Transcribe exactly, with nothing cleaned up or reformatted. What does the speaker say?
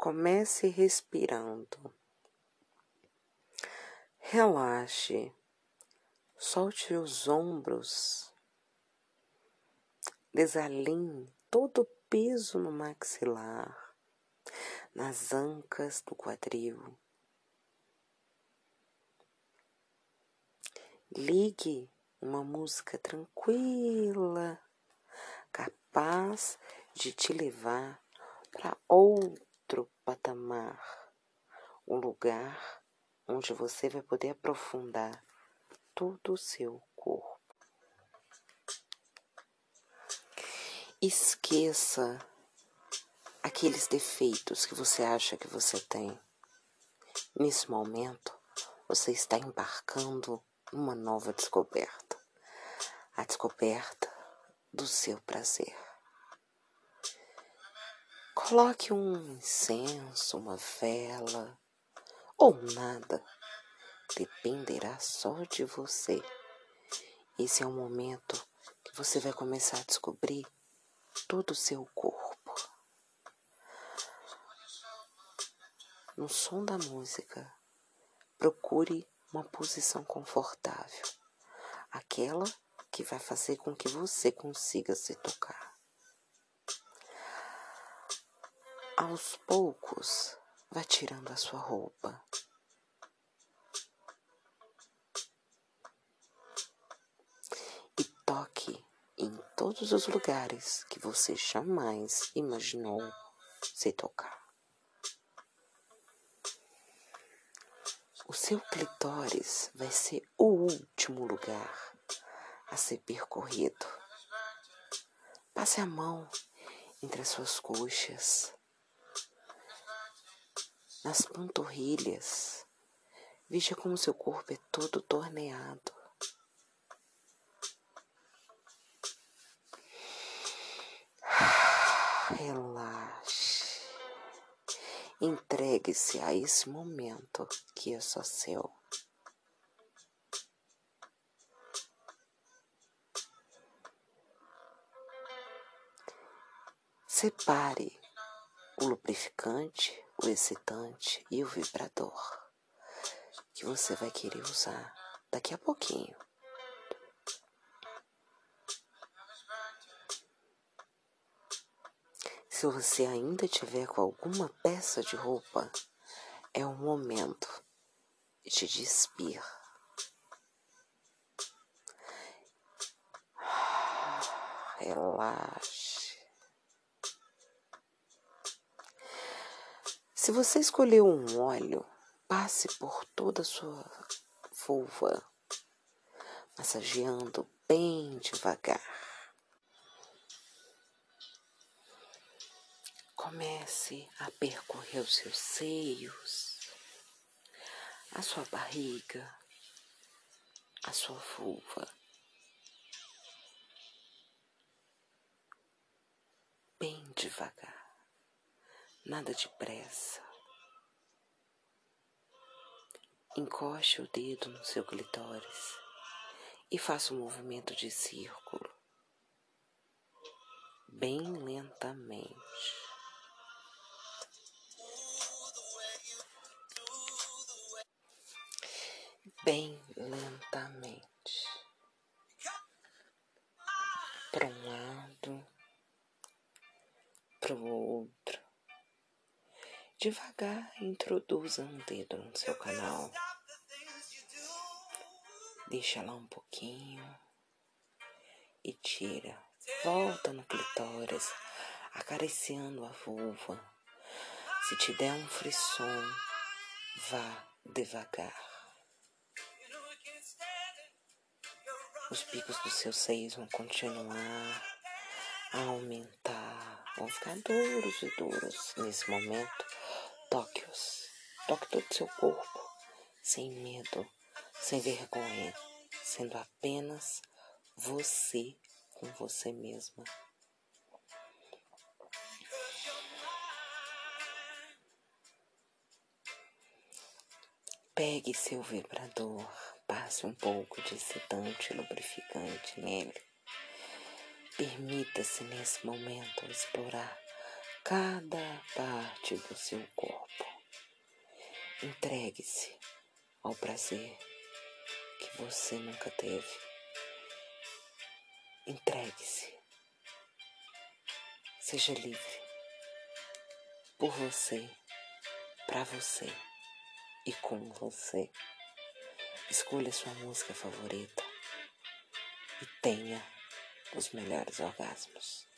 Comece respirando. Relaxe. Solte os ombros. Desalinhe todo o peso no maxilar, nas ancas do quadril. Ligue uma música tranquila, capaz de te levar para outro patamar, um lugar onde você vai poder aprofundar todo o seu corpo. Esqueça aqueles defeitos que você acha que você tem. Nesse momento, você está embarcando numa nova descoberta. A descoberta do seu prazer. Coloque um incenso, uma vela ou nada. Dependerá só de você. Esse é o momento que você vai começar a descobrir todo o seu corpo. No som da música, procure uma posição confortável. Aquela que vai fazer com que você consiga se tocar. Aos poucos, vá tirando a sua roupa. E toque em todos os lugares que você jamais imaginou se tocar. O seu clitóris vai ser o último lugar a ser percorrido. Passe a mão entre as suas coxas, nas panturrilhas. Veja como seu corpo é todo torneado. Relaxe. Entregue-se a esse momento que é só seu. Separe o lubrificante, o excitante e o vibrador que você vai querer usar daqui a pouquinho. Se você ainda tiver com alguma peça de roupa, é o momento de despir. Relaxe. Se você escolheu um óleo, passe por toda a sua vulva, massageando bem devagar. Comece a percorrer os seus seios, a sua barriga, a sua vulva. Bem devagar. Nada de pressa. Encoste o dedo no seu clitóris e faça um movimento de círculo, bem lentamente. Bem lentamente. Para um lado, para o outro. Devagar, introduza um dedo no seu canal. Deixa lá um pouquinho e tira. Volta no clitóris, acariciando a vulva. Se te der um frisson, vá devagar. Os picos dos seus seios vão continuar a aumentar, vão ficar duros e duros. Nesse momento, toque-os. Toque todo o seu corpo, sem medo, sem vergonha, sendo apenas você com você mesma. Pegue seu vibrador, passe um pouco de excitante lubrificante nele. Permita-se nesse momento explorar cada parte do seu corpo. Entregue-se ao prazer que você nunca teve. Entregue-se. Seja livre. Por você, para você e com você. Escolha sua música favorita e tenha os melhores orgasmos.